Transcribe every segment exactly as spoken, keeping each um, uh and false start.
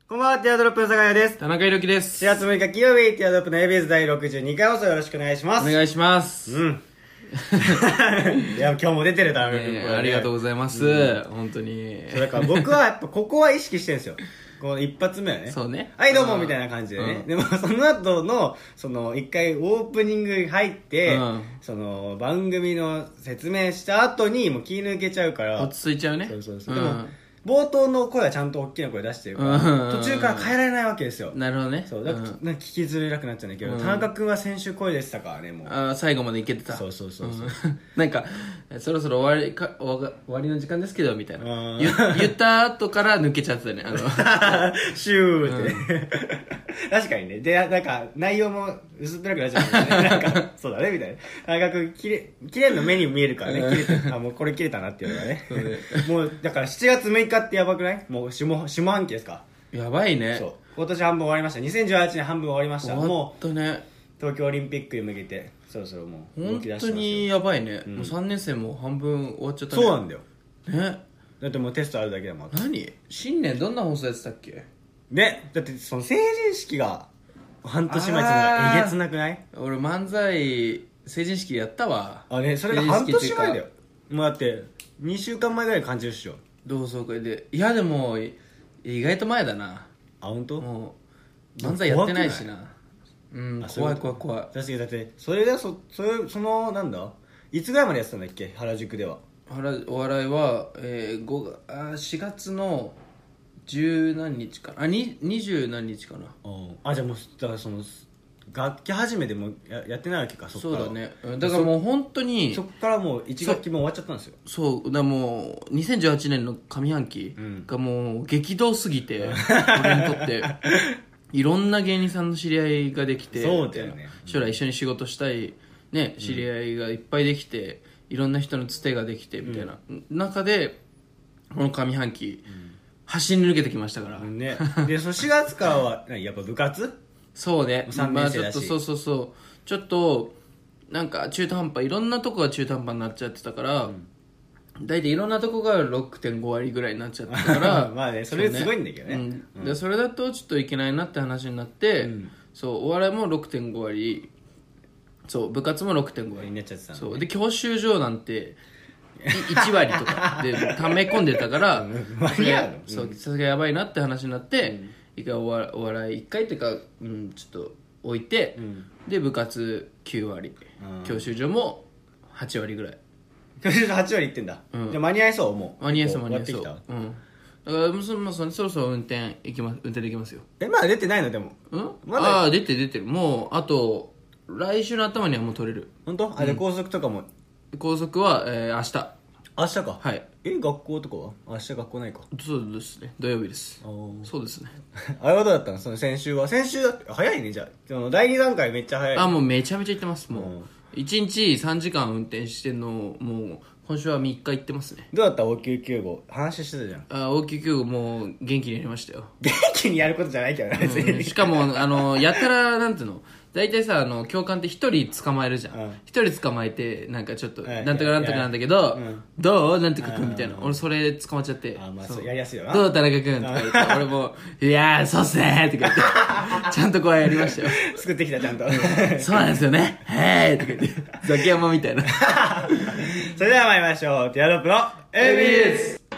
こんばんは、ティアドロップの坂井です。 田中裕樹です。 しがつむいか金曜日、ティアドロップの エービーエス だいろくじゅうにかい放送よろしくお願いします。 お願いします。 うん。いや、今日も出てる、田中君、 ねね。 ありがとうございます。うん、本当に。 そう、だから僕はやっぱここは意識してるんですよ。この一発目はね。 そうね。 はい、どうも、みたいな感じでね。うん、でも、その後の、その、一回オープニング入って、うん、その、番組の説明した後に、もう気抜けちゃうから。 落ち着いちゃうね。 そうそうそう。うん、でも、冒頭の声はちゃんと大きな声出してるから、うん、途中から変えられないわけですよ。 なるほどね。 そうだから、うん、なんか聞きづらくなっちゃうんだけど、うん、田中君は先週声でしたからね、もう。 あ、最後までいけてた。 そうそうそうそう、 うん、なんかそろそろ終わりか終わりの時間ですけどみたいな言, 言った後から抜けちゃってたね、あのシューって、うん、確かにね。で、なんか内容も薄っぺらくなっちゃうからね。なんかそうだねみたいな。田中君きれ切れるの目に見えるからね。切れて、あ、もうこれ切れたなっていうのがね。もうだからしちがつむいかってやばくない？もう下下半期ですか。 やばいね。 そう、今年半分終わりました。にせんじゅうはちねん半分終わりました。 もう、ね、 東京オリンピックに向けてそろそろもう動き出してますよ。 本当にやばいね、うん、もうさんねん生も半分終わっちゃったね。 そうなんだよね。 だってもうテストあるだけだもん。 何新年どんな放送やってたっけね。だってその成人式が半年前ってのがえげつなくない？ 俺漫才成人式やったわ。 あれ、それが半年前だよ。もうだってにしゅうかんまえぐらい感じるっしょ。 同窓会で。いやでも意外と前だな。 あ、本当？ もう漫才やってないしな。うん、怖い怖い怖い。 確かに。だってそれでそそれそのなんだいつぐらいまでやってたんだっけ、原宿では。 原お笑いは、えー、ごがあしがつの十何日かな、あに二十何日かな。 あ、じゃあもうだからその楽器始めでも や, やってないわけか。そっから。 そうだね。だからもう本当にそっからもういち学期も終わっちゃったんですよ。 そうだからもうにせんじゅうはちねんの上半期がもう激動すぎて、うん、俺にとっていろんな芸人さんの知り合いができて、 そうだよね、 将来一緒に仕事したい、ね、知り合いがいっぱいできて、いろんな人のつてができてみたいな、うん、中でこの上半期、うん、走り抜けてきましたから、 ね、でそのしがつからはやっぱ部活そうね、 さんねん生だし、 まあ、ちょっとそうそうそうちょっとなんか中途半端、いろんなとこが中途半端になっちゃってたから、うん、大体いろんなとこが ろくてんご 割ぐらいになっちゃってたからまあね、それすごいんだけどね。 そうね、うん、でそれだとちょっといけないなって話になって、うん、そうお笑いも ろくてんご 割、そう部活も ろくてんご 割になっちゃってた、ね、そうで教習所なんていち割とかで溜め込んでたから間に合うの？ そうさすがやばいなって話になって、うん、一回お笑いお笑いいっかいっていうか、うん、ちょっと置いて、うん、で部活きゅう割、うん、教習所もはち割ぐらい。 教習所はち割いってんだ、うん、じゃあ間に合いそう。もう間に合いそう間に合いそう、うん、だからもう そ, もうそ, そろそろ運転行きます運転できますよ。 え、まだ出てないの？でも、 うん、まだああ出て出てる。もうあと来週の頭にはもう取れる。 本当？あ、で、うん、高速とかも。 高速は、えー、明日明日か。 はい。 え、学校とかは明日学校ないか。 そうですね、土曜日です。そうですね。 あれはどうだったの？その先週は。先週だって早いね。じゃあそのだいに段階めっちゃ早い。 あ、もうめちゃめちゃ行ってます。もう、うん、いちにちさんじかん運転してんのもう今週はみっか行ってますね。 どうだった？応急救護話してたじゃん。 あ、応急救護もう元気にやりましたよ。 元気にやることじゃないけどね、別に、 うん、しかもあのやたらなんていうの、大体さ、あの教官って一人捕まえるじゃん。一、うん、人捕まえてなんかちょっと、はい、なんとかなんとかなんだけど、うん、どうなんとかくんみたいな、うん、俺それ捕まっちゃって、 あ、まあ、そうやりやすいよな。 どう田中くんとか言って俺もいやーそうっすねーとか言ってちゃんとこうやりましたよ。 作ってきたちゃんとそうなんですよねへーとか言ってザキヤマみたいなそれでは参りましょう。ティアドロップの エービーエス。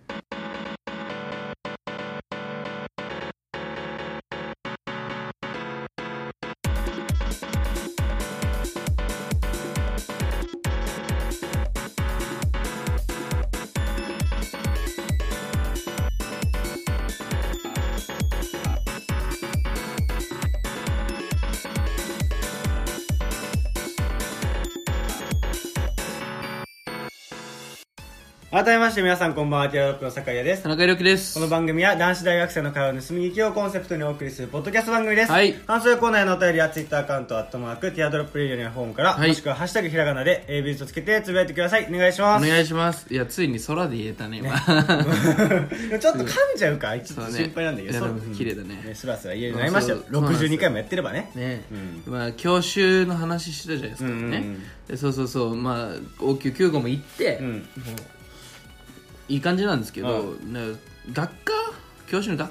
改めまして皆さんこんばんは、ティアドロップの坂井です。 田中裕樹です。 この番組は男子大学生の会話の盗み聞きをコンセプトにお送りするポッドキャスト番組です。 はい、 感想やコーナーへのお便りはツイッターアカウントアットマークティアドロップレディオのホームから、はい、もしくはハッシュタグひらがなで エービーエス とつけてつぶやいてください。お願いします。 お願いします。いやついに空で言えたね今、ね、 ちょっと噛んじゃうかちょっと心配なんだけど、 そうね、いやでも綺麗だね、 ね、スラスラ言えるようになりましたよ。ろくじゅうにかいもやってればね。 ね、うん、まあ教習の話してたじゃないですか、うんうんうん、ね。でそうそうそう、まあ応急救護も行って、うん、もういい感じなんですけど、うん、学科教師の学科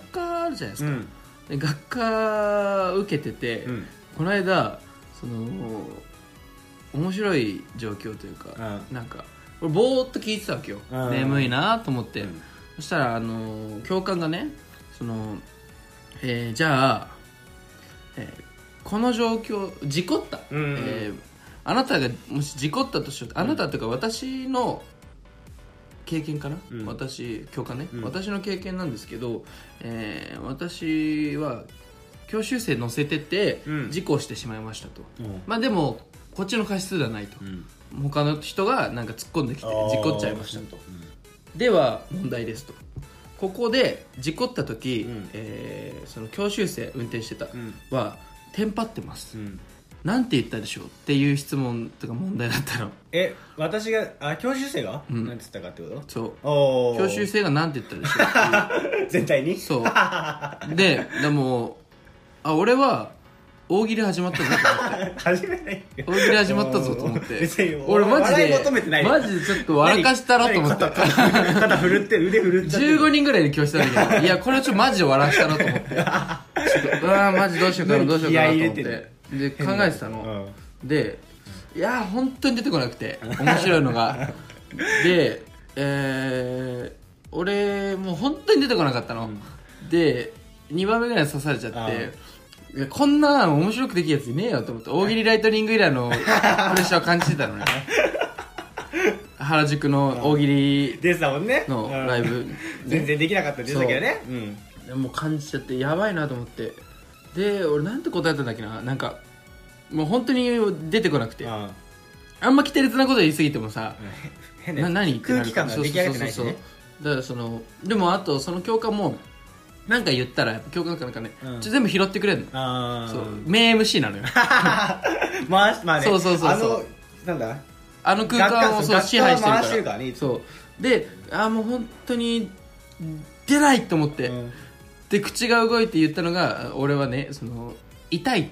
あるじゃないですか、 うん、 で学科受けてて、うん、この間その面白い状況というか、うん、なんか俺ぼーっと聞いてたわけよ、うん、眠いなと思って、うん、そしたらあの教官がねその、えー、じゃあ、えー、この状況事故った、うんうんえー、あなたがもし事故ったとしよう、あなたというか私の経験かな、うん、私教官ね、うん、私の経験なんですけど、えー、私は教習生乗せてて事故してしまいましたと、うん、まあでもこっちの過失ではないと、うん、他の人がなんか突っ込んできて事故っちゃいましたと、うん、では問題ですと、ここで事故った時、うんえー、その教習生運転してたはテンパってます、うんなんて言ったでしょうっていう質問とか問題だったの。 え、私が、あ、教習生が、うん、なんて言ったかってこと？ そうお教習生がなんて言ったでしょう全体にそうで、でもあ、俺は大喜利始まったぞと思って始めない大喜利始まったぞと思って俺マジで求めてないマジでちょっと笑かしたなと思った肩振るって腕振るってじゅうごにんぐらいで教室だけどいやこれはちょっとマジで笑かしたなと思ってうわマジどうしようかなどうしようかなと思ってで考えてたの、うん、でいや本当に出てこなくて面白いのがで、えー、俺もう本当に出てこなかったの、うん、でにばんめぐらい刺されちゃっていやこんな面白くできるやついねえよと思って大喜利ライトニング以来のプレッシャーを感じてたのね原宿の大喜利のライブ、 ね、全然できなかったですけどね、 うん、もう感じちゃってやばいなと思ってで俺なんて答えたんだっけな、なんかもう本当に出てこなくて、あ, あんま奇烈なこと言い過ぎてもさ、 変な何空気感が出来上がってないしね。 だからそのでもあとその教官もなんか言ったら教官なんかね、うん、ちょ全部拾ってくれるの。あそう名 エムシー なのよまあまあねそうそうそうそう、 あのなんだあの空間をそう支配してるから、からね、そうであもう本当に出ないと思って、うんで口が動いて言ったのが俺はねその痛い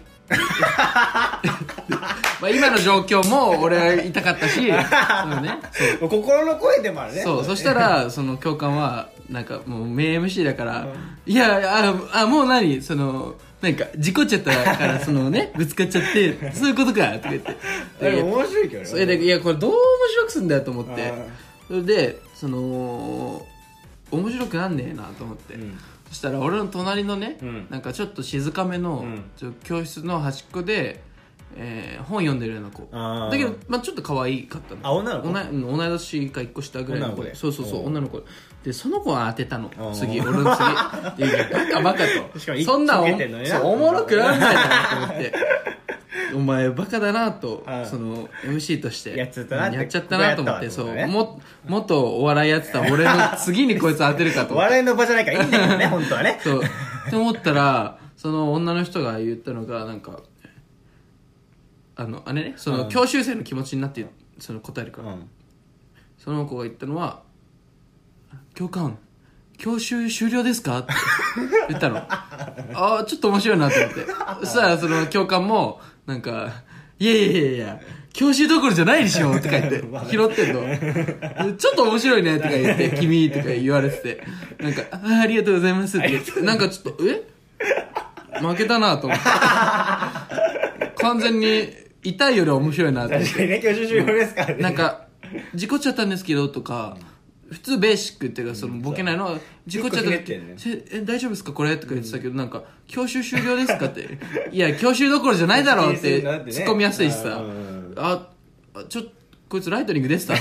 まあ今の状況も俺は痛かったしそう、ね、 そう心の声でもあるねそうそしたらその教官はなんかもう名 エムシー だから、うん、いやああもう何そのなんか事故っちゃったからそのねぶつかっちゃってそういうことかとか言ってで面白いけどねそれでいやこれどう面白くすんだよと思ってそれでその面白くなんねえなと思って、うんそしたら俺の隣のね、うん、なんかちょっと静かめの、うん、ちょ教室の端っこで、えー、本読んでるような子だけど、まあ、ちょっと可愛かったのあ女の子同い年かいっこ下ぐらいの子でそうそうそう女の子でその子は当てたの次俺の次いやバカバカとそんなおそうおもろくなんないなと思ってお前バカだなとその エムシー としてやっちゃったなやっちゃったなと思ってそうももっとお笑いやってた俺の次にこいつ当てるかとお笑いの場じゃないからいいんだけどね本当はねそうって思ったらその女の人が言ったのがなんかあのあれねその教習生の気持ちになってその答えるから、うん、その子が言ったのは教官教習終了ですかって言ったのああちょっと面白いなと思ってそしたらその教官もなんかいやいやいやいや教習どころじゃないでしょとか言って拾ってんのちょっと面白いねとか言って君とか言われててなんか あ, ありがとうございますって言ってなんかちょっとえ負けたなと思って完全に痛いよりは面白いなと思って確かにね教習終了ですからねなんか事故っちゃったんですけどとか普通ベーシックっていうかそのボケないのは事故っちゃったってえ大丈夫ですかこれとか言ってたけどなんか教習終了ですかっていや教習どころじゃないだろうって突っ込みやすいしさあちょっとこいつライトニング出てたラ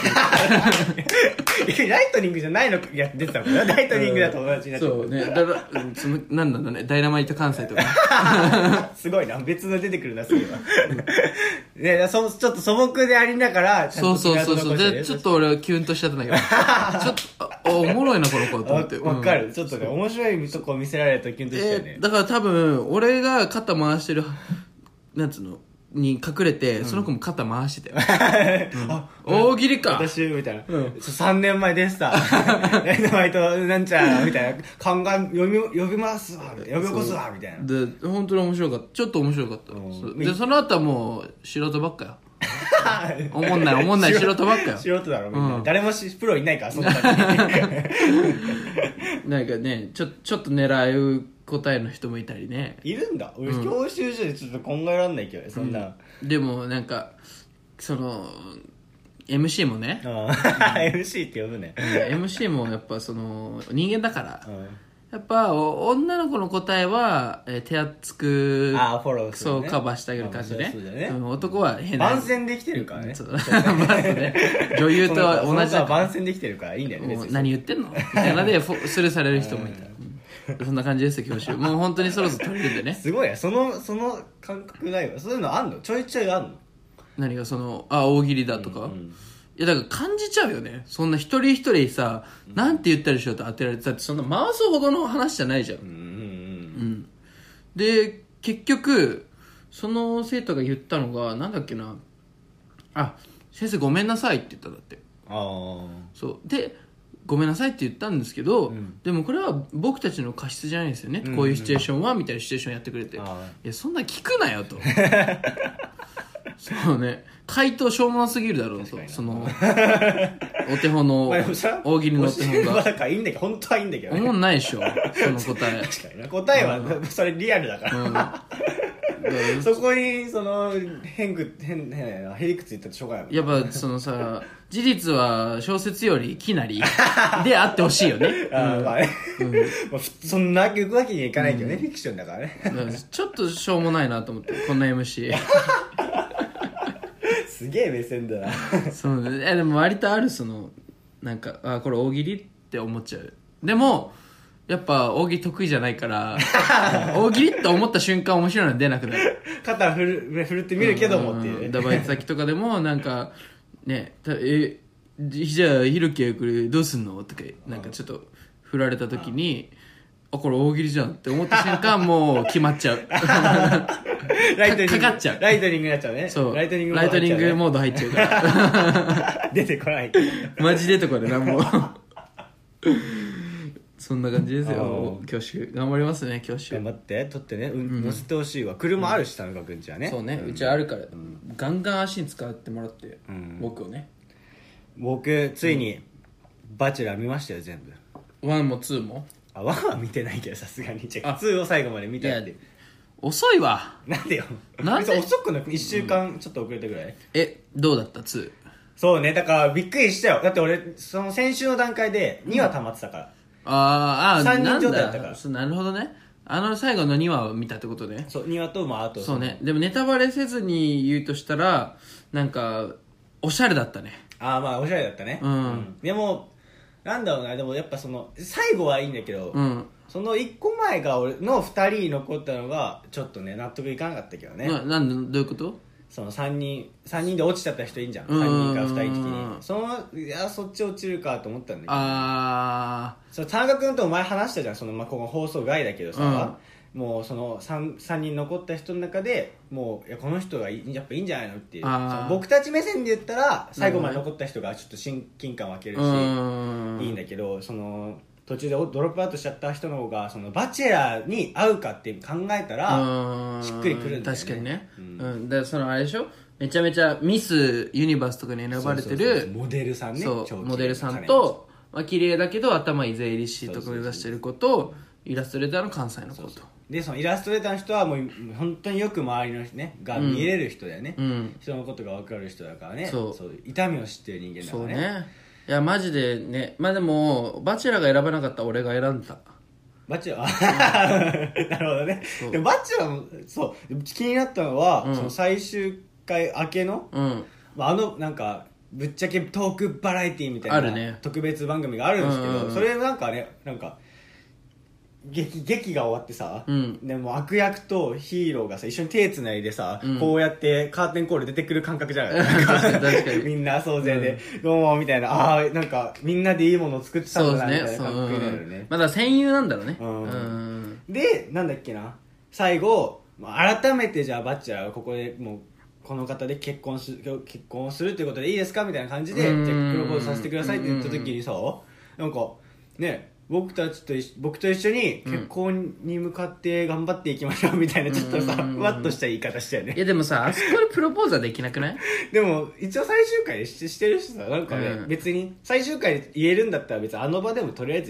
イトニングじゃないのや出てたもんなライトニングだと友達になっちゃうそうねだからそのなんだろうねダイナマイト関西とかすごいな別の出てくるなそれはねそちょっと素朴でありながらそうそうそうそうでちょっと俺はキュンとしちゃったんだけどちょっとあおもろいなこの子と思ってわかる、うん、ちょっとね面白いとこ見せられるとキュンとしちゃうね、 えー、だから多分俺が肩回してるなんつうのに隠れて、うん、その子も肩回してたよ、うん、大喜利か私みたいな、うん、さんねんまえでしたダイナマイトなんちゃらみたいな考え読み呼びますわ呼び起こすわみたいなで本当に面白かったちょっと面白かった、うん、でその後はもう素人ばっかよおもんないおもんない素人ばっかよ素人だろみんな、うん、誰もプロいないからそんなになんかねちょちょっと狙う答えの人もいたりね。 いるんだ。俺、教習所でちょっと考えられないけどね、そんな、 うん、でもなんかその エムシー もね、 うん、エムシー って呼ぶね、 うん、エムシー もやっぱその人間だから、 うん、 やっぱ女の子の答えは、えー、手厚くあフォローする、ね、 そうカバーしてあげる感じね、 ね、 うん、男は変な番宣できてるからね、 そうまずね女優と同じだ番宣できてるからいいんだよね。 何言ってんのみたいなでスルーされる人もいた、うん、そんな感じですよ教習。もう本当にそろそろ取れるんでね。 すごいや、そのその感覚ないわ。そういうのあんの？ちょいちょいあんの？ 何がそのあ大喜利だとか、うんうん、いやだから感じちゃうよね。そんな一人一人さ、うん、なんて言ったりしようと当てられて、だってそんな回すほどの話じゃないじゃん、うんうんうんうん、で結局その生徒が言ったのがなんだっけなあ先生ごめんなさいって言ったんだって。 あそうでごめんなさいって言ったんですけど、 うん、 でもこれは僕たちの過失じゃないんですよね、うんうん、こういうシチュエーションはみたいなシチュエーションやってくれて、いやそんな聞くなよとそうね回答しょうもなすぎるだろうと、そのお手本の大喜利のお手本がだからいいんだけど本当はいいんだけど、ね、 思んないでしょその答え。 確かにな、答えは、うん、それリアルだから、うん、そこにその変く変変へりくつ言ったってしょうがない。 やっぱそのさ事実は小説よりきなりであってほしいよね。 あ、うん、まあね、うん、まあ、そんな行くわけにはいかないけどね、うん、フィクションだからね。 ちょっとしょうもないなと思ってこんな エムシーすげえ目線だなそうね。でも割とあるそのなんかあこれ大喜利って思っちゃう。でもやっぱ大喜利得意じゃないから大喜利って思った瞬間面白いの出なくなる。 肩振る振るってみるけどもっていうね。 だバイト先とかでもなんかねえじゃあひろきはこれどうすんのとかなんかちょっと振られた時にあこれ大喜利じゃんって思った瞬間もう決まっちゃうライトニングかかっちゃう。 ライトニングになっちゃうね。 そうライトニングモード入っちゃう、ね、ライトニングモード入っちゃうから出てこないマジ出てこないなんもそんな感じですよ。教習頑張りますね。教習頑張って取ってね、うん、乗せてほしいわ。車あるし田中くんちはね。 そうね、うちあるから、うん、ガンガン足に使ってもらって、うん、僕をね。 僕ついにバチェラー見ましたよ全部。 ワンもツーも。 あワンは見てないけどさすがに。じゃあツーを最後まで見たって。 遅いわ。 なんでよ。 なんで遅くないいっしゅうかんちょっと遅れたぐらい、うん、 えどうだったツー。 そうね、だからびっくりしたよ。だって俺その先週の段階でにわ溜まってたから、うん、 あーあーさんにん状態だったから。 そうなるほどね。あの最後のにわを見たってことね。 そうにわとまああとそうね。でもネタバレせずに言うとしたらなんかおしゃれだったね。 ああまあおしゃれだったね、 うんうん、 でもなんだろうな、でもやっぱその最後はいいんだけど、 うん、 そのいっこまえが俺のふたり残ったのがちょっとね納得いかなかったけどね。 ななんでどういうこと？ そのさんにんさんにんで落ちちゃった人いいんじゃん。さんにんかふたり的にそのいやそっち落ちるかと思ったんだけど、 あその田中君とお前話したじゃん。その、まあ、ここ放送外だけどさ、うん、もうその 3, さんにん残った人の中でもういやこの人がやっぱいいんじゃないのっていう、その僕たち目線で言ったら最後まで残った人がちょっと親近感湧けるしいいんだけど、その途中でドロップアウトしちゃった人の方がそのバチェラーに合うかって考えたらしっくりくるんだよね。 確かにね、うんうん、だからそのあれでしょ、めちゃめちゃミスユニバースとかに選ばれてる、 そうそうそうモデルさんね。 そうモデルさんと、まあ綺麗だけど頭いい税理士とか目指してる子とイラストレーターの関西の子と、そうそうでそのイラストレーターの人はもう本当によく周りの人、ね、が見れる人だよね、うん、人のことが分かる人だからね。そうそう痛みを知ってる人間だからね。 そうね。いやマジでね。まあでもバチェラーが選ばなかったら俺が選んだ。 バチェラーなるほどね。でもバチェラーもそう気になったのは、うん、その最終回明けの、うん、あのなんかぶっちゃけトークバラエティみたいな、ね、特別番組があるんですけど、うんうんうん、それなんかねなんか劇, 劇が終わってさ、うん、でも悪役とヒーローがさ一緒に手つないでさ、うん、こうやってカーテンコール出てくる感覚じゃないみんな総勢で、うん、どうもみたいな、ああなんかみんなでいいものを作ってたんだなみたいな感覚になるね。 まだ戦友なんだろうね、うんうん、でなんだっけな最後改めてじゃあバッチャーはここでもうこの方で結婚す結婚するということでいいですかみたいな感じで、じゃあプロポーズさせてくださいって言った時にさ、なんかね僕たちと僕と一緒に結婚に向かって頑張っていきましょうみたいな、ちょっとさふわっとした言い方したよね。 いやでもさあそこでプロポーズはできなくないでも一応最終回で し, してるしさなんかね、うん、別に最終回で言えるんだったら別にあの場でもとりあえず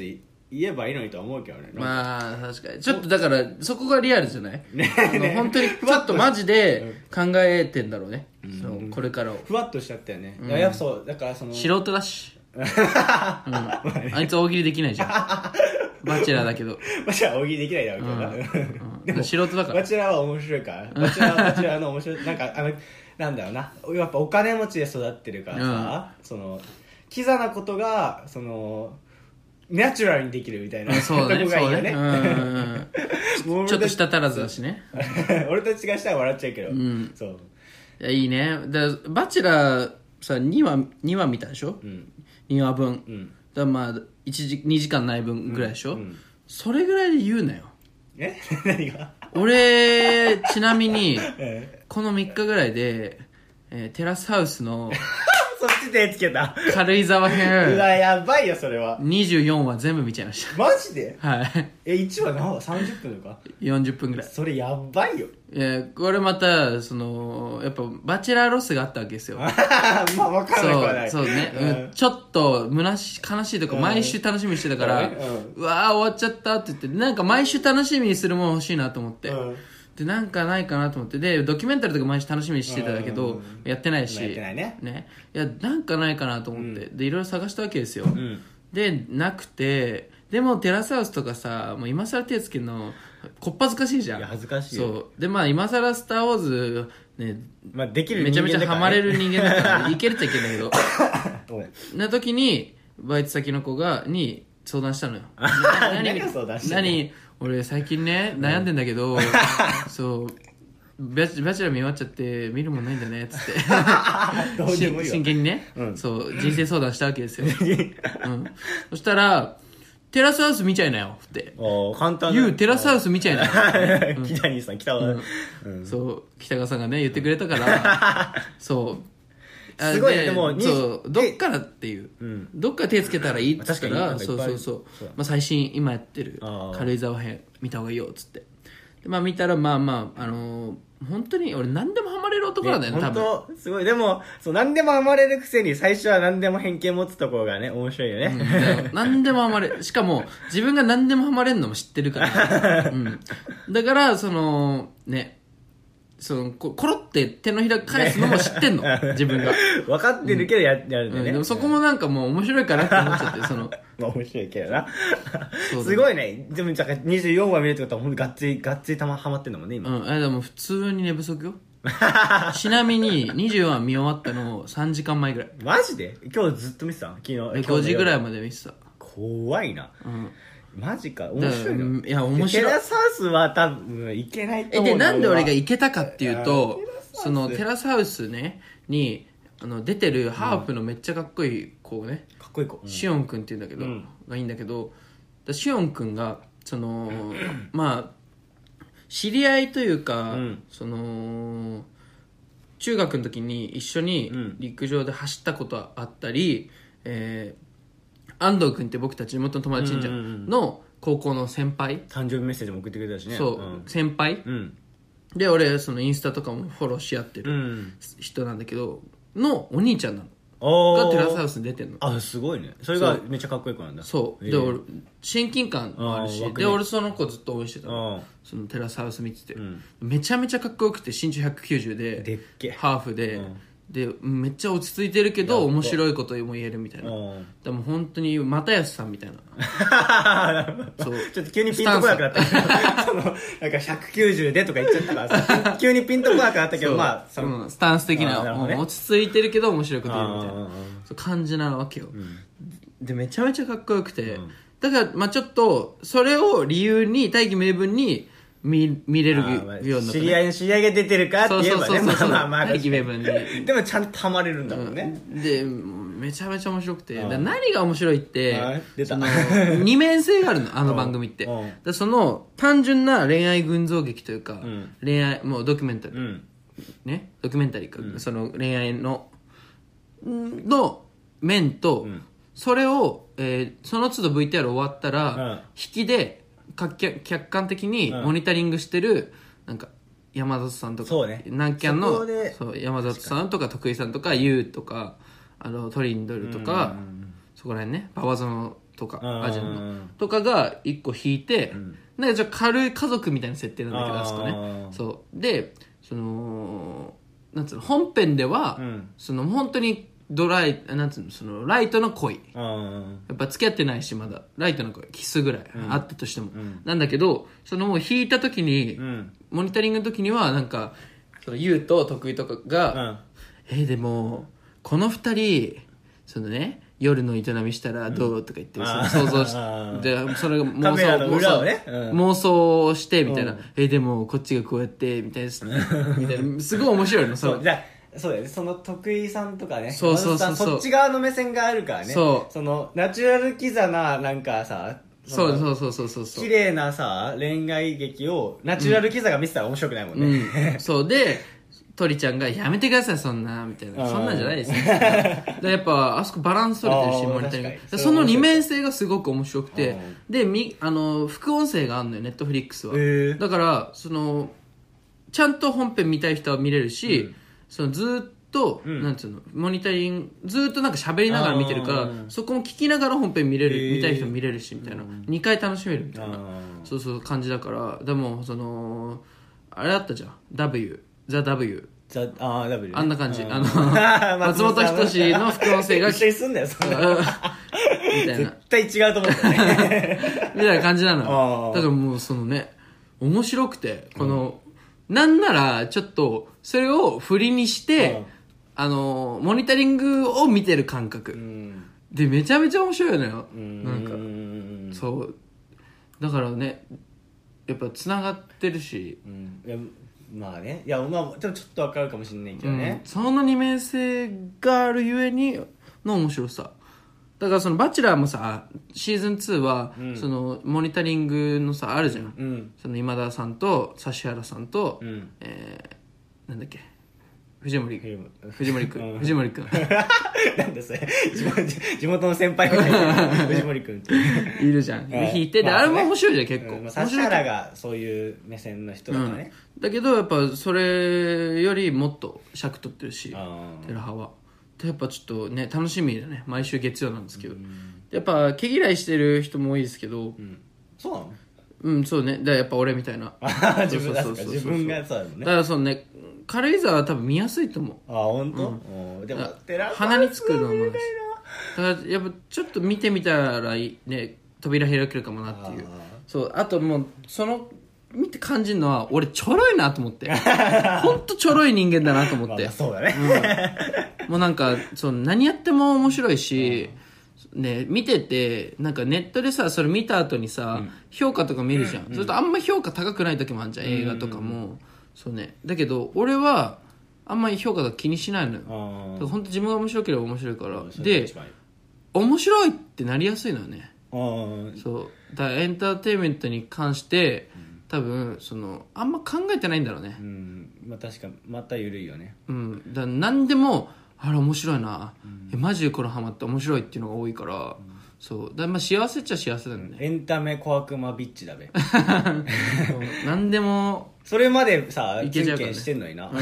言えばいいのにとは思うけどね。 まあ確かにちょっとだからそこがリアルじゃないねあの本当にちょっとマジで考えてんだろうね、 うん、 そのこれからをふわっとしちゃったよね、 うん、 いややっぱそうだからその素人だし、うん、あいつ大喜利できないじゃんバチェラーだけどバチェラー大喜利できないだろうけどな、うんうん、 でも素人だからバチェラーは面白いからバチェラーはバチェラーの面白いなんかあのなんだろうなやっぱお金持ちで育ってるからさ、うん、そのキザなことがそのナチュラルにできるみたいなそうねとこがいいよね、 そうねうん、ちょっと舌足らずだしね俺たちがしたら笑っちゃうけど、 うん、 そういやいいねだバチェラーさにわにわ見たでしょ、うん、にわぶん、うん、だまあいちじにじかんない分ぐらいでしょ、うんうん、それぐらいで言うなよえ何が俺ちなみにこのみっかぐらいで、えー、テラスハウスのそっち手つけた軽井沢編うわやばいよそれはにじゅうよんわ全部見ちゃいましたマジではいえいちわ何話さんじゅっぷんとかよんじゅっぷんぐらいそれやばいよいやこれまたそのやっぱバチェラーロスがあったわけですよまあ分からなくはないそうそうね、うん、ちょっと虚し悲しいとか毎週楽しみにしてたから、うん、うわー終わっちゃったって言ってなんか毎週楽しみにするもの欲しいなと思って、うんでなんかないかなと思ってでドキュメンタリーとか毎日楽しみにしてたんだけどやってないしやってないねねいやなんかないかなと思って、うん、でいろいろ探したわけですよ、うん、でなくてでもテラスハウスとかさもう今更手つけるのこっぱずかしいじゃんいや恥ずかしいよそうでまあ今更スターウォーズね、 まあ、できるめちゃめちゃハマれる人間だからいけるっちゃいけんだけどな時にバイト先の子がに相談したのよ何何が相談したの何俺最近ね悩んでんだけど、うん、そうバチバチェラー見終わっちゃって見るもんないんだねっつってどうでもいいわ真剣にね、うん、そう人生相談したわけですよ、うん、そしたらテラスハウス見ちゃいなよって簡単言うテラスハウス見ちゃいなよ、 うん、北西さん北川、うんうん、そう北川さんがね言ってくれたからそうすごいねでもそうどっからっていう、うん、どっから手つけたらいいっつったらそうそうそう、まあ、最新今やってる軽井沢編見た方がいいよっつってで、まあ、見たらまあまああのー、本当に俺何でもハマれる男なんだよね多分本当すごいでもそう何でもハマれるくせに最初は何でも偏見持つところがね面白いよね、 うん、何でもハマれしかも自分が何でもハマれるのも知ってるから、うん、だからそのねそのコロって手のひら返すのも知ってんの、ね、自分が分かってるけどや,、うん、やるんだよね、 うん、でもそこもなんかもう面白いかなって思っちゃってそのまあ面白いけどなすごいねでもだからにじゅうよんわ見るってことはほんとがっつりがっつりたまハマってんだもんね今うんあでも普通に寝不足よちなみににじゅうよんわ見終わったのさんじかんまえぐらいマジで今日ずっと見てた昨日ごじぐらいまで見てた怖いなうんマジか面白いのいや面白いテラスハウスは多分いけないと思うえでなんで俺がいけたかっていうとそのテラスハウスねにあの出てるハーフのめっちゃかっこいい子ね、 うん、かっこいい子、 うん、シオンくんっていうんだけど、うん、がいいんだけどだシオンくんがそのまあ知り合いというか、うん、その中学の時に一緒に陸上で走ったことあったり、うんえー安藤君って僕たち地元の友達んじゃんの高校の先輩誕生日メッセージも送ってくれたしねそう、うん、先輩、うん、で俺そのインスタとかもフォローし合ってる人なんだけどのお兄ちゃんなのがテラスハウスに出てんのあすごいねそれがめっちゃかっこいい子なんだそうで俺親近感もあるしで俺その子ずっと応援してたのそのテラスハウス見てて、うん、めちゃめちゃかっこよくて身長ひゃくきゅうじゅうででっけハーフで、うんでめっちゃ落ち着いてるけど面白いことも言えるみたいなでも本当に又吉さんみたいなそうちょっと急にピンとこなくなったけどそのなんかひゃくきゅうじゅうでとか言っちゃったからさ急にピンとこなくなったけどまあその、 うん、スタンス的な、ね、落ち着いてるけど面白いこと言えるみたいなそう感じなわけよ、うん、でめちゃめちゃかっこよくて、うん、だからまあちょっとそれを理由に大義名分に見, 見れるようになった、ね、 知り合いの知り合いが出てるかって言えばねまあまあまあ大義名分にでもちゃんとハマれるんだもんね、 うん、でめちゃめちゃ面白くてだ何が面白いって出たその二面性があるのあの番組ってだその単純な恋愛群像劇というか、うん、恋愛もうドキュメンタリー、うん、ねドキュメンタリーか、うん、その恋愛のの面と、うん、それを、えー、その都度 ブイティーアール 終わったら、うん、引きで客観的にモニタリングしてる、うん、なんか山里さんとかそうね南キャンのそう山里さんとか徳井さんとかユウとかあのトリンドルとかそこら辺ね馬場園とかアジアのとかがいっこ引いて、うん、なんかじゃ軽い家族みたいな設定なんだけど、あそこね。そうでそのなんつうの本編では、うん、その本当にドライなんつうのそのライトの恋、やっぱ付き合ってないしまだライトの恋キスぐらい、うん、あったとしても、うん、なんだけどそのもう引いた時に、うん、モニタリングの時にはなんかそのユウと徳井とかが、うん、えー、でもこの二人そのね夜の営みしたらどうとか言って、うん、その想像してそれが妄想、 妄想、ねうん、 妄想してみたいな、うん、えー、でもこっちがこうやってみたいなみたいなすごい面白いのそうじゃそうだよね、その徳井さんとかね、 そうそうそうそう、 そっち側の目線があるからね、 そうそのナチュラルキザななんかさ、 そうそうそうそうそうそう綺麗なさ恋愛劇をナチュラルキザが見せたら面白くないもんね、 うんうん、そうで鳥ちゃんがやめてくださいそんなみたいな、そんなんじゃないですねでやっぱあそこバランス取れてるしモニタリング、その二面性がすごく面白くて、でみあの副音声があるのよネットフリックスは、えー、だからそのちゃんと本編見たい人は見れるし、うん、そのずっと、うん、なんつうのモニタリングずっとなんか喋りながら見てるからそこも聞きながら本編見れる、えー、見たい人見れるしみたいな、うん、にかい楽しめるみたいなそうそう感じだから、でもそのあれあったじゃん W ザ・ W ザあ, w ね、 あんな感じ、あの松本人志の副音声が一緒にすんだよそんなみたいな絶対違うと思ったねみたいな感じなのだからもうそのね面白くてこの、うん、なんならちょっとそれを振りにして、うん、あのモニタリングを見てる感覚、うん、でめちゃめちゃ面白いのよ、うん、なんかうんそうだからねやっぱつながってるし、うん、 いやまあねいやまあでもちょっと分かるかもしれないけどね、 うん、その二面性があるゆえにの面白さだからそのバチェラーもさシーズンツーは、うん、そのモニタリングのさあるじゃん、うん、その今田さんと指原さんと、うんえー、なんだっけ藤森藤森くん、うん、藤森くんなんだそれ地元の先輩みたいな藤森くんっているじゃんで弾いてで、まあね、あれも面白いじゃん結構、 うんまあ、指原がそういう目線の人だからね、 うん、だけどやっぱそれよりもっと尺取ってるしテラハはやっぱちょっとね楽しみだね毎週月曜なんですけど、うん、やっぱ毛嫌いしてる人も多いですけど、うん、 そうなのうんそうねだからやっぱ俺みたいな自分がそうだもんねだからそのね軽井沢は多分見やすいと思うあ本当、うん、でもテラ鼻につくのもだからやっぱちょっと見てみたらね扉開けるかもなっていうそうあともうその見て感じるのは俺ちょろいなと思ってほんとちょろい人間だなと思って、 まあ、そうだね、 うん、もうなんかそう何やっても面白いし、うんね、見ててなんかネットでさそれ見た後にさ、うん、評価とか見るじゃん、うん、それとあんま評価高くない時もあるじゃん、うん、映画とかも、うんそうね、だけど俺はあんまり評価が気にしないのよだから本当自分が面白ければ面白いからで面白いってなりやすいのよねそうだからエンターテインメントに関して多分そのあんま考えてないんだろうねうんまあ確かまた緩いよねうんだから何でもあれ面白いな、うん、えマジでこれハマって面白いっていうのが多いから、うんそうだまあ幸せっちゃ幸せだよねエンタメ小悪魔ビッチだべ何でもそれまでさツンケンしてんのにな、うん、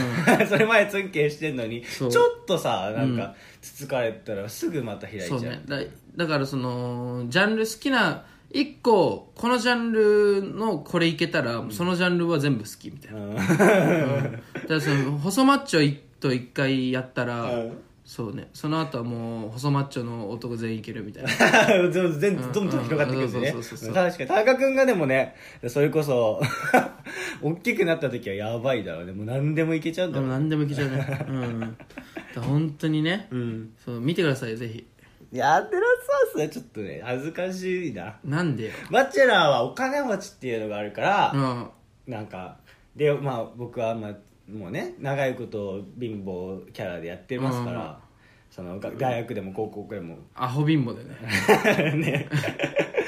それまでツンケンしてんのにちょっとさなんかつつかれたらすぐまた開いちゃう、そうね、 だ, だからそのジャンル好きな一個このジャンルのこれいけたら、うん、そのジャンルは全部好きみたいな、うんうん、だからその細マッチョと一回やったら、うんそうねその後はもう細マッチョの男全員いけるみたいな全然どんどん広がってくるんでね確かに田中君がでもねそれこそ大きくなった時はやばいだろうねもう何でもいけちゃうんだろうでも何でもいけちゃうねうん本当にね、うん、そう見てくださいぜひやってなさそうちょっとね恥ずかしいななんでよバチェラーはお金持ちっていうのがあるから、うん、なんかでまあ僕はまあもうね長いこと貧乏キャラでやってますから、うん、その大学でも高校でもアホ貧乏だよねね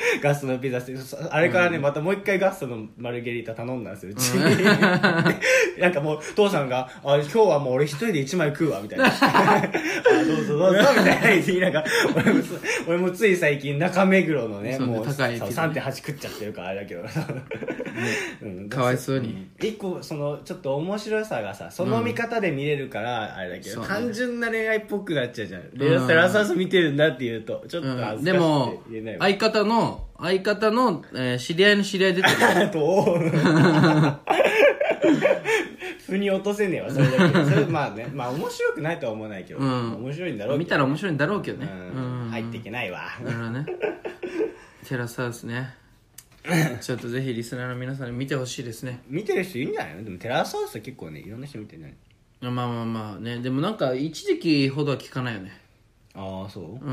ガストのピザしてあれからね、うん、またもう一回ガストのマルゲリータ頼んだんですようち、うん、なんかもう父さんがあ今日はもう俺一人で一枚食うわみたいなあどうぞどうぞみたいな言いながら俺も俺もつい最近中目黒のね、ねもう高い、ね、さんてんはち食っちゃってるからあれだけど、ねうん、かわいそうに一個そのちょっと面白さがさその見方で見れるからあれだけど、うん、単純な恋愛っぽくなっちゃうじゃん、うん、レラスラス見てるんだって言うとちょっと恥ずかしくて言えないわ、 うん、でも相方の相方の、えー、知り合いの知り合い出てると腑に落とせねえわそれだけそれまあねまあ面白くないとは思わないけど、うん、面白いんだろうけど見たら面白いんだろうけどね、 うんうん、入っていけないわなるほどねテラスハウスねちょっとぜひリスナーの皆さんに見てほしいですね。 見てる人いるんじゃないの？でもテラスハウスは結構ねいろんな人見てるね。 まあまあまあね、でもなんか一時期ほどは聞かないよね。 ああそう。 うん。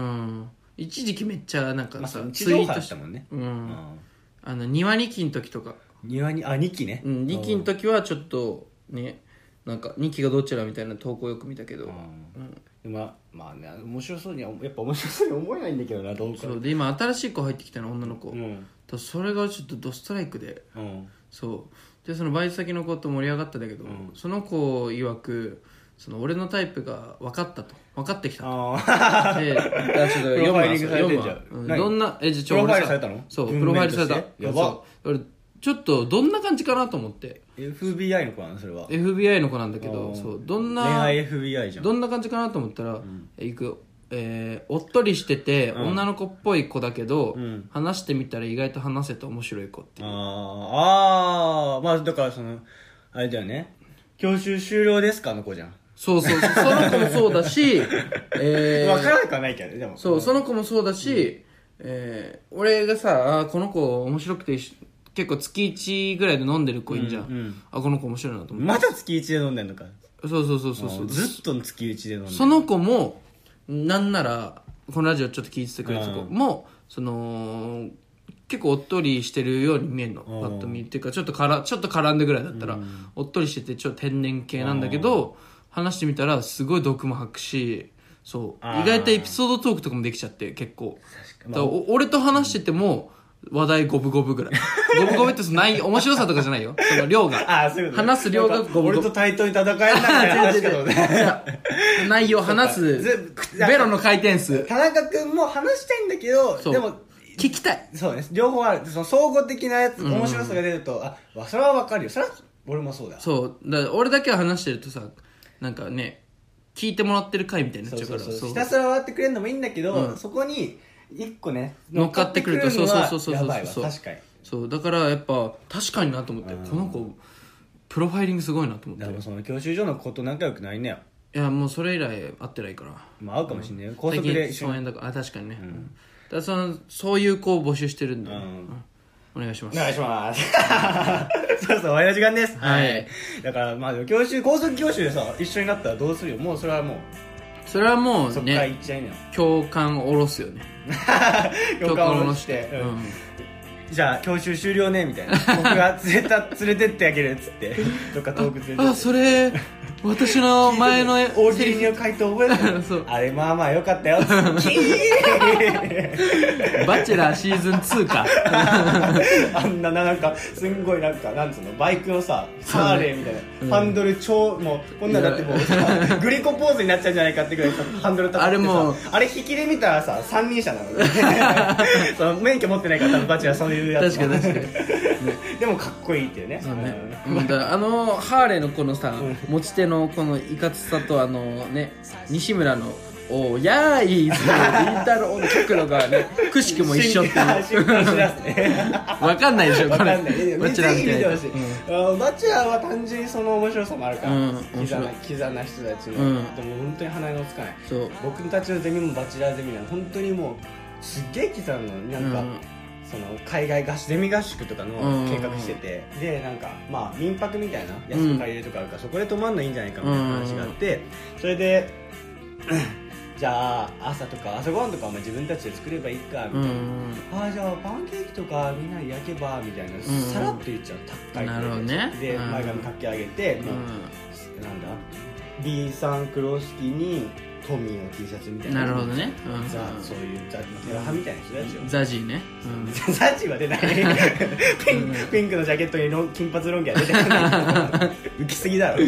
一時期めっちゃなんかさ、 まあ、地上波したもんね。 うん。あの庭にきの時とか。 庭にあにきね。 うん。にきの時はちょっとねなんかにきがどちらみたいな投稿よく見たけど。 うん。まあまあね面白そうにはやっぱ面白そうに思えないんだけどなどうか。 そうで今新しい子入ってきたの女の子。うん。それがちょっとドストライクで、うん、そうでそのバイト先の子と盛り上がったんだけど、うん、その子曰くその俺のタイプが分かったと分かってきたとでちょっと読むわ読むわ、うん、どんなえじゃプロファイルされたの？ そうプロファイルされたやば俺ちょっとどんな感じかなと思ってエフビーアイ の子なのそれはエフビーアイ の子なんだけどそうどんな恋愛 エフビーアイ じゃんどんな感じかなと思ったら、うん、行くよえー、おっとりしてて、うん、女の子っぽい子だけど、うん、話してみたら意外と話せて面白い子っていうああまあだからそのあれだよね教習終了ですかの子じゃんそうそうそうその子もそうだし、 えー、分からなくはないけどねでもそうその子もそうだし、うんえー、俺がさあこの子面白くて結構月いちぐらいで飲んでる子いいんじゃん、うんうん、あこの子面白いなと思ってまだ月いちで飲んでんのかそうそうそうそうそうずっと月いちで飲んでるその子もなんならこのラジオちょっと聞いててくれた子もその結構おっとりしてるように見えるのパッと見っていうかちょっとからちょっと絡んでぐらいだったら、うん、おっとりしててちょっと天然系なんだけど話してみたらすごい毒も吐くしそう意外とエピソードトークとかもできちゃって結構だから俺と話してても話題五分五分ぐらい五分五分ってそのない面白さとかじあよその量があそういうこと、 ね、話す量が五分五分俺と対等に戦えない話けどね内容話すベロの回転数田中君も話したいんだけどでも聞きたいそうです両方あるその総合的なやつ面白さが出ると、うん、あそれは分かるよそれは俺もそうだそうだから俺だけは話してるとさなんかね聞いてもらってる回みたいになっちゃうからそうそうそうひたすら笑ってくれるのもいいんだけど、うん、そこに一個ね乗っかってくるとそうそうそうそうやばいわ確かにそうだからやっぱ確かになと思ってこの子プロファイリングすごいなと思ってでもその教習所の子と仲良くないねいやもうそれ以来会ってないからまあ会うかもしんないよ、うん、高速で一緒にだからあ確かにね、うん、だからそのそういう子を募集してるんで、うんうん、お願いしますお願いしますそうそう終わりの時間ですはい、はい、だからまあ教習高速教習でさ一緒になったらどうするよもうそれはもうそれはもうねそっから行っちゃいなよ教官下ろすよね教官下ろして、うんうん、じゃあ教習終了ねみたいな僕が連れた連れてってあげるっつってどっか遠く連れてってああそれ私の前の大喜利の回答覚えてるそうあれまあまあよかったよキーバチェラーシーズンツーかあんななんかすんごいなんかなんつうのバイクのさハーレーみたいな、うん、ハンドル超もうこんなんだってもうさグリコポーズになっちゃうんじゃないかってぐらいさハンドル立ってさあれもうあれ引きで見たらさ三輪車なのねその免許持ってないから多分バチェラーそういうやつ確かに確かに、ね、 でもかっこいいっていうねそうね、うん、だあのハーレーのこのさ、うん、持ち手のこのいかつさとあのね西村のおーやーいいぞりんたろーの角度がねくしくも一緒っていう分かんないでしょこれバチェラーみたいな、うん、バチェラーは単純にその面白さもあるから、うん、キザなキザな人たちの、うん、でも本当に鼻のつかないそう僕たちのゼミもバチェラーゼミなの本当にもうすっげえキザなのなんか、うんその海外合宿ゼミ合宿とかの計画してて、うん、でなんかまあ民泊みたいな安く借りれるとかあるから、うん、そこで泊まるのいいんじゃないかみたいな話があって、うん、それでじゃあ朝とか朝ごはんとかは自分たちで作ればいいかみたいな、うん、ああじゃあパンケーキとかみんなで焼けばみたいな、うん、さらっと言っちゃう高いなるほどねで、うん、前髪かき上げて、うん、もうなんだ B さん黒式にトミーの T シャツみたいな。 なるほどね、 うん、ザそういうザテラハみたいな人たちよ。 ザジーね、 うん、ザジーは出ないピン、ピンクのジャケットにロ金髪ロン毛は出てない浮きすぎだろ、うん、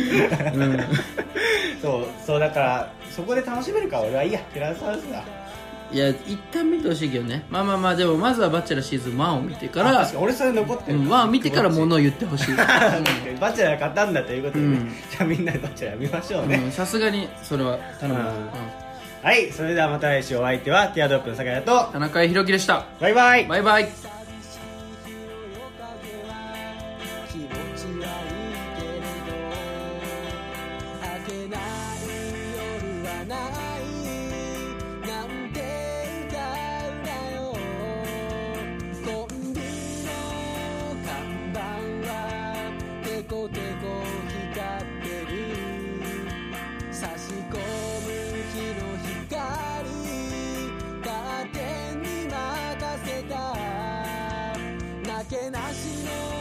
そうそうだからそこで楽しめるから俺はいいやテラスハウスだ。 いや一旦見てほしいけどね。まあまあまあでもまずはバチェラーシーズンワンを見てから、 俺それ残ってる、 うん、ワンを見てから物を言ってほしい、うん、 バチェラー買ったんだということで、ね、うん、じゃあみんなでバチェラー見ましょうね。 さすがにそれは頼む、うんうん、 はい、それではまた来週お相手はティアドロップの酒屋と田中裕樹でした。 バイバイバイバイ。 なけなしの